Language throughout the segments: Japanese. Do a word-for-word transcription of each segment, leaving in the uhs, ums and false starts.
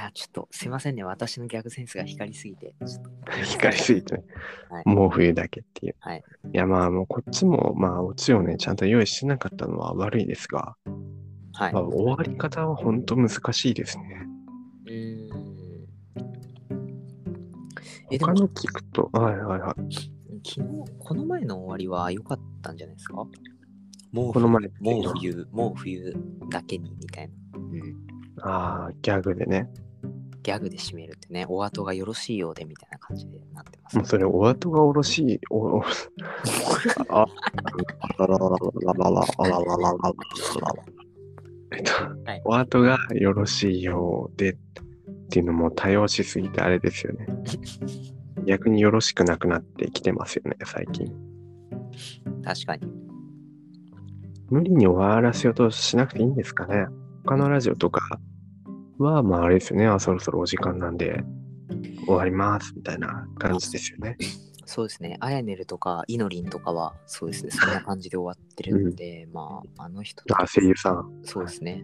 や、ちょっとすいませんね。私のギャグセンスが光りすぎて。ちょっと光りすぎてね。 はいもう冬だけっていう。 はい。 いや、まあ、もうこっちも、まあ、オチをね、ちゃんと用意しなかったのは悪いですが、 はい。 まあ、終わり方は本当難しいですね。 うーん。え、でも、 他の聞くと、はいはいはい。 昨日、この前の終わりは良かったんじゃないですか？もうこの前冬、もう冬、もう冬だけにみたいな。うん。 ああ、ギャグでね。 ギャグで締めるってね、お後がよろしいようでみたいな感じでなってます、 もうそれ、お後がおろしい、お、お、あ、あららららららららららららえっと、 はい、 お後がよろしいようでっていうのも多用しすぎてあれですよね。逆によろしくなくなってきてますよね、最近。 確かに。 無理に終わらせようとしなくていいんですかね。他のラジオとかは、まああれですよね、あ、そろそろお時間なんで終わりますみたいな感じですよね。 そうですね。あやねるとか、いのりんとかは、そうですね。そんな感じで終わってるんで、うん、まあ、あの人あ、声優さん。 そうですね。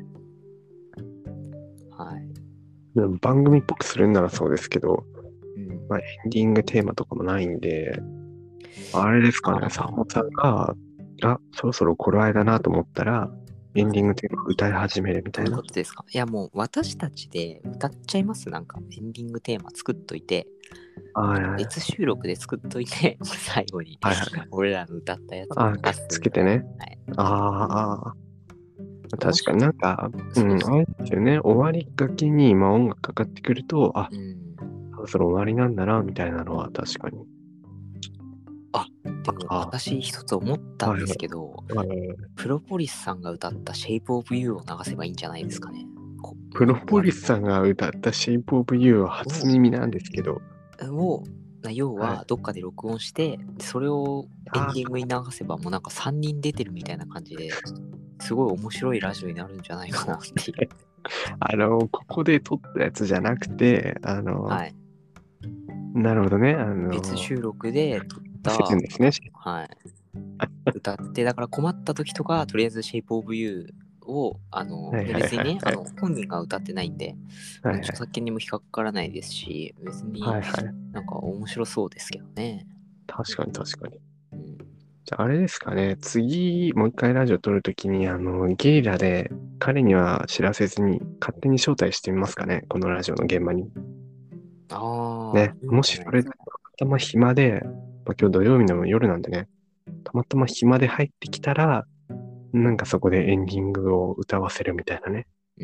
はい。 でも番組っぽくするんならそうですけど、 うん、 まあ、エンディングテーマとかもないんで、あれですかね、さんまさんが、あ、そろそろ頃合いだなと思ったら、エンディングテーマ歌い始めるみたいな。 どういうことですか？いや、もう私たちで歌っちゃいます。なんか、エンディングテーマ作っといて、 はいはい、 別収録で作っといて、最後に、はいはい、俺らの歌ったやつを流す。つけてね。はい、ああ、確かになんか、うん、あれですよね、終わりがけに今音楽かかってくると、あ、うん、そろそろ終わりなんだな、みたいなのは確かに。 あ、でも私一つ思ったんですけど、はいはい、プロポリスさんが歌った Shape of You を流せばいいんじゃないですかね。 プロポリスさんが歌った Shape of You は初耳なんですけど。 を要はどっかで録音して、はい、それをエンディングに流せばもうなんかさんにん出てるみたいな感じですごい面白いラジオになるんじゃないかなっていうあのここで撮ったやつじゃなくてあの、はい、なるほどね、あの別収録で撮ったですね、 はい、歌ってだから困った時とかとりあえず Shape of You をあの、はいはいはいはい、別にねあの本人が歌ってないんで、はいはい、著作権にも引っかからないですし別になんか面白そうですけどね。 確かに確かに。うん、じゃああれですかね、次もう一回ラジオ撮るときにあのゲリラで彼には知らせずに勝手に招待してみますかね、このラジオの現場に。 ああ、 ね、もしそれでたまたま暇で、まあ、今日土曜日の夜なんでね、たまたま暇で入ってきたら、なんかそこでエンディングを歌わせるみたいなね。うん。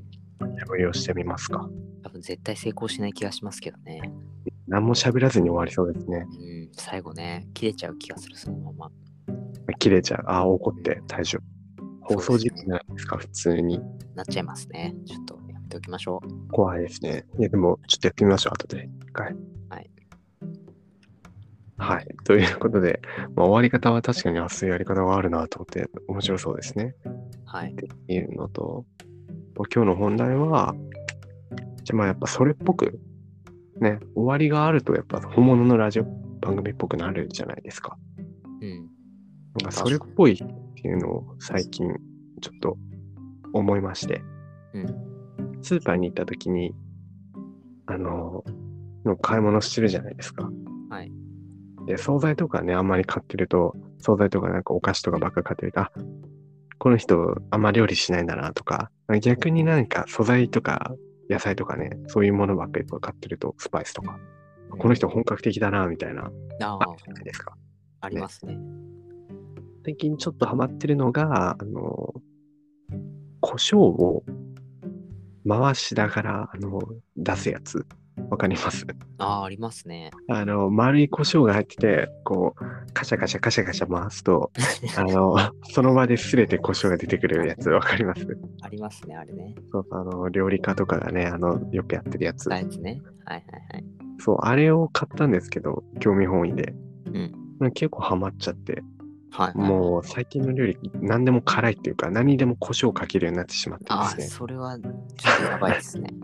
用意をしてみますか。 多分絶対成功しない気がしますけどね。 何も喋らずに終わりそうですね。 うん、最後ね、切れちゃう気がする、そのまま。 切れちゃう。ああ、怒って大丈夫。放送事故じゃないですか、普通に。 なっちゃいますね。ちょっとやめておきましょう。 怖いですね。いや、でも、ちょっとやってみましょう、後で。一回。 はい。 はい。ということで、まあ、終わり方は確かに、あ、そういうやり方があるなと思って、面白そうですね。 はい。 っていうのと、今日の本題は、じゃあまあやっぱそれっぽく、ね、終わりがあるとやっぱ本物のラジオ番組っぽくなるじゃないですか。うん。なんかそれっぽいっていうのを最近ちょっと思いまして、うん、スーパーに行った時に、あの、の買い物してるじゃないですか。はい。で、惣菜とかね、あんまり買ってると、惣菜とかなんかお菓子とかばっか買ってると、あ、この人あんま料理しないんだなとか、逆になんか素材とか野菜とかね、そういうものばっかり買ってると、スパイスとか、うん、この人本格的だなみたいな、ああ、じゃないですか。 ありますね。 最近ちょっとハマってるのが、あの、胡椒を回しながら、あの、出すやつ。わかります？ ああ、ありますね。 あの、丸い胡椒が入ってて、こう、カシャカシャカシャカシャ回すと、あの、その場で擦れて胡椒が出てくるやつ、わかります？ ありますね、あれね。 そう、あの、料理家とかがね、あの、よくやってるやつ。 あいつね。はいはいはい。 そう、あれを買ったんですけど、興味本位で。うん。結構ハマっちゃって。はい、はい。もう、最近の料理、何でも辛いっていうか、何にでも胡椒をかけるようになってしまってですね。 ああ、それは、ちょっとやばいですね。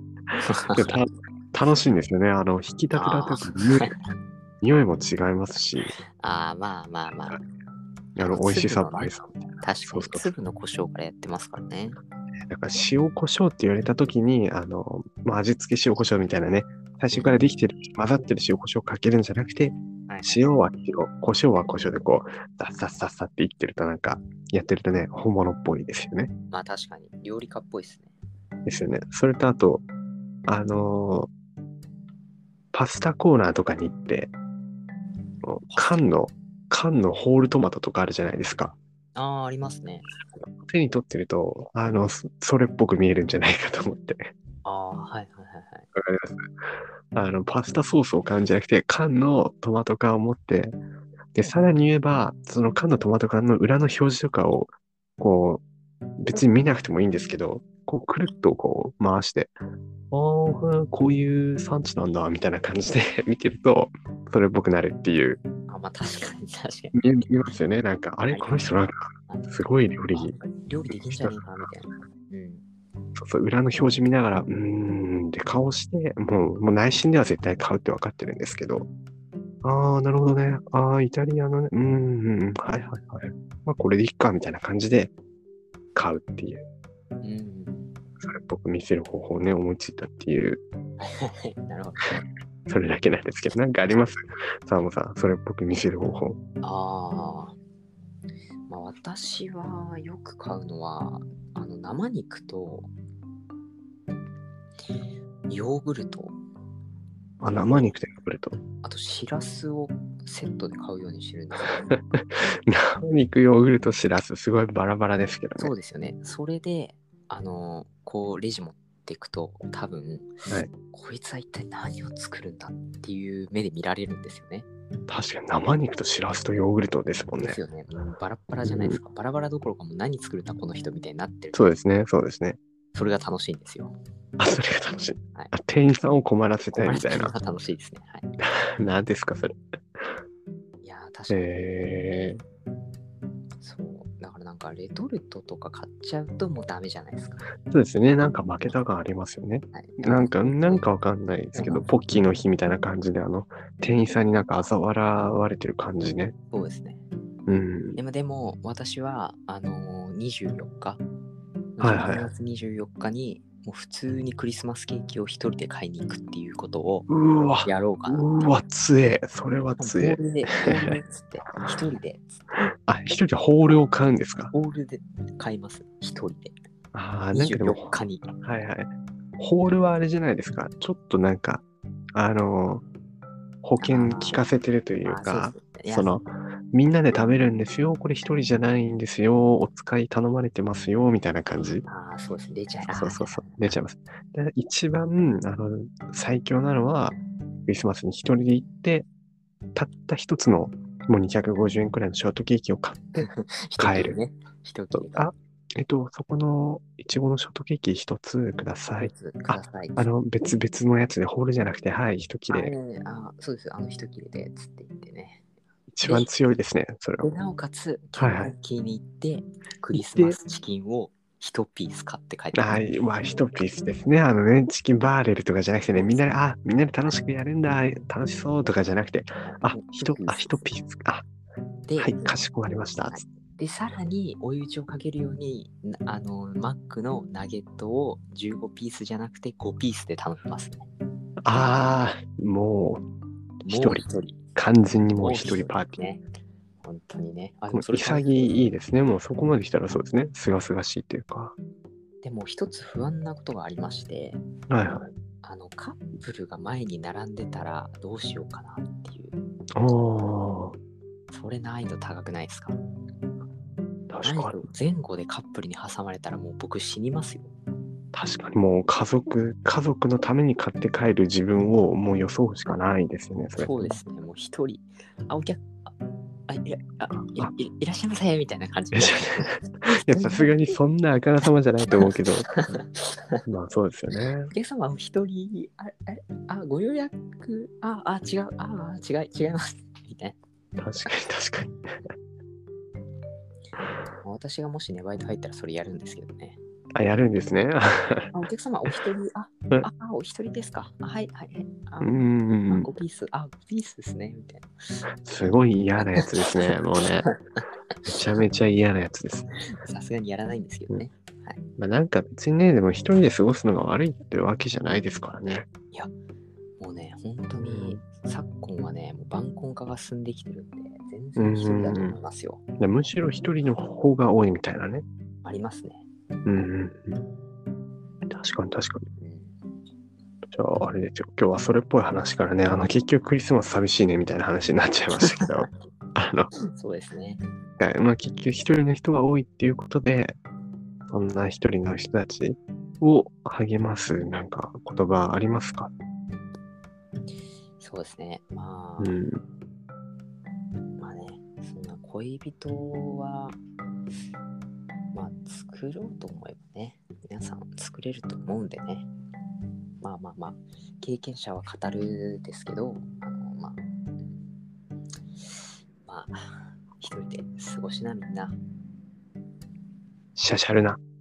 楽しいんですよね。あの、引き立てられてる匂いも違いますし。 ああ、まあまあまあ。 あの、美味しさ倍さ。 確かに、粒の胡椒からやってますからね。 だから塩コショウって言われたときに、あの、まあ、味付け塩コショウみたいなね、最初からできてる、混ざってる塩コショウかけるんじゃなくて、 はい、 塩は塩、コショウはコショウでこう、ザッサッサッサって言ってるとなんか、やってるとね、本物っぽいですよね。 まあ確かに、料理家っぽいですね。 ですよね。それとあと、あのーパスタコーナーとかに行って、缶の、缶のホールトマトとかあるじゃないですか。 ああ、ありますね。 手に取ってると、あの、そそれっぽく見えるんじゃないかと思って。 ああ、はいはいはいはい。 わかります。あの、パスタソースを買うんじゃなくて、缶のトマト缶を持って、で、さらに言えば、その缶のトマト缶の裏の表示とかを、こう、別に見なくてもいいんですけど、こう、くるっとこう、回して、ああ、こういう産地なんだ、みたいな感じで見てると、それっぽくなるっていう。 あ、まあ確かに確か見に。 見ますよね。なんか、あれ、 はいこの人なんか、すごい料理、 料理できんじゃねえかみたいな。うん。 そうそう、裏の表示見ながら、うーんって顔して、もう、もう内心では絶対買うって分かってるんですけど、ああ、なるほどね。ああ、イタリアのね、うーん、はいはいはい。まあ、これでいいか、みたいな感じで買うっていう、 うん。 それっぽく見せる方法をね、思いついたっていう、 なるほど。 それだけなんですけど、なんかありますサーモさん、それっぽく見せる方法。 ああ。まあ私はよく買うのは、あの生肉とヨーグルト、 あ、生肉でヨーグルト。 あとシラスをセットで買うようにしてるんですよ。 生肉、ヨーグルト、しらす、すごいバラバラですけどね。 そうですよね。それで、あの、こうレジ持っていくと、多分、 はい、 こいつは一体何を作るんだっていう目で見られるんですよね。 確かに生肉としらすとヨーグルトですもんね。 ですよね。もうバラッバラじゃないですか。バラバラどころかもう何作るんだこの人みたいになってる。 そうですね、そうですね。 それが楽しいんですよ。 あ、それが楽しい。 はい、 あ、店員さんを困らせたい困らみたいな。 せるのが楽しいですね。はい。 何ですか、それ。 いやー、確かに。 えー、 そう。だからなんかレトルトとか買っちゃうともうダメじゃないですか。 そうですね。なんか負けた感ありますよね。 はい、 なんか、なんかわかんないですけど、ポッキーの日みたいな感じで、あの、店員さんになんか嘲笑われてる感じね。 そうですね。 うん。 でも、でも私は、あのー、にじゅうよっか、 はいはいじゅうにがつにじゅうよっかに、もう普通にクリスマスケーキを一人で買いに行くっていうことをうわ、 やろうかな。 うわ、強え。それは強え。 ホールで、ホールでっつって、一人でっつって。 あ、一人でホールを買うんですか？ ホールで買います。一人で。 ああ、なんかでも、 にじゅうよっかに。 はいはい。ホールはあれじゃないですか。ちょっとなんか、あのー保険聞かせてるというか、その、みんなで食べるんですよ、これ一人じゃないんですよ、お使い頼まれてますよ、みたいな感じ。 ああ、そうです。出ちゃいそうそうそう、出ちゃいます。で一番あの最強なのは、クリスマスに一人で行って、たった一つのもうにひゃくごじゅうえんくらいのショートケーキを買って帰る。 ね。一切れ。 あ、えっと、そこのいちごのショートケーキ一つください。 ください。 あ、あの、別々のやつで、ホールじゃなくて、はい、一切れ。 あ、そうです。あの一切れで、つって言ってね。 一番強いですね、それは。 で、なおかつ、ケはいはいンタッキーに行って、クリスマスチキンを一ピース買って帰ってくる。 はい、まあ、一ピースですね。あのね、チキンバーレルとかじゃなくてね、みんなで、あ、みんなで楽しくやるんだ、楽しそうとかじゃなくて、あ、一、あ、一ピース、あ、 で、 はい、かしこまりました。 で、さらに追い打ちをかけるように、あの、マックのナゲットをじゅうごピースじゃなくてごピースで頼みますね。 ああ、もう、一人。 人完全にもう一人パーティー。 ね。本当にね。 あ、でもそれ潔いですね。もうそこまで来たらそうですね。すがすがしいっていうか。 でも一つ不安なことがありまして、 はいはい。 あの、カップルが前に並んでたらどうしようかなっていう。 ああ。 それ難易度高くないですか？ 確かに。 前後でカップルに挟まれたらもう僕死にますよ。 確かにもう家族、家族のために買って帰る自分をもう予想しかないですよね。 それそうですね。もう一人、あ、お客、あ、いらあいらいいらっしゃいませみたいな感じで。いや、さすがにそんなあからさまじゃないと思うけど。まあそうですよね。 お客様お一人、あ、あ、あご予約、あ、あ、違う、あ、違い、違います。みたいな。確かに確かに。 私がもしねバイト入ったらそれやるんですけどね。 あ、やるんですね。 あ、お客様お一人、あ、あ、お一人ですか。あ、はい、はい。あ、 うん。 ごピース、あ、ごピースですね。みたいな。 すごい嫌なやつですね。もうね。めちゃめちゃ嫌なやつです。 さすがにやらないんですけどね。 うん、 はい。 まあなんか別にね、でも一人で過ごすのが悪いってわけじゃないですからね。 いや、もうね、本当に昨今はね、もう晩婚化が進んできてるんで、全然一人だと思いますよ。 でむしろ一人の方が多いみたいなね。 ありますね。 うんうんうん。確かに確かに。 うん、 じゃあ、あれですよ。今日はそれっぽい話からね、あの、結局クリスマス寂しいねみたいな話になっちゃいましたけど、あの、 そうですね。 はいまあ結局一人の人が多いっていうことで、そんな一人の人たちを励ますなんか言葉ありますか？ そうですね。まあ、 うん。 まあね、そんな恋人は、まあ作ろうと思えばね、皆さん作れると思うんでね。まあまあまあ、経験者は語るですけど、あの、まあ、まあ、一人で過ごしなみんな。 しゃしゃるな。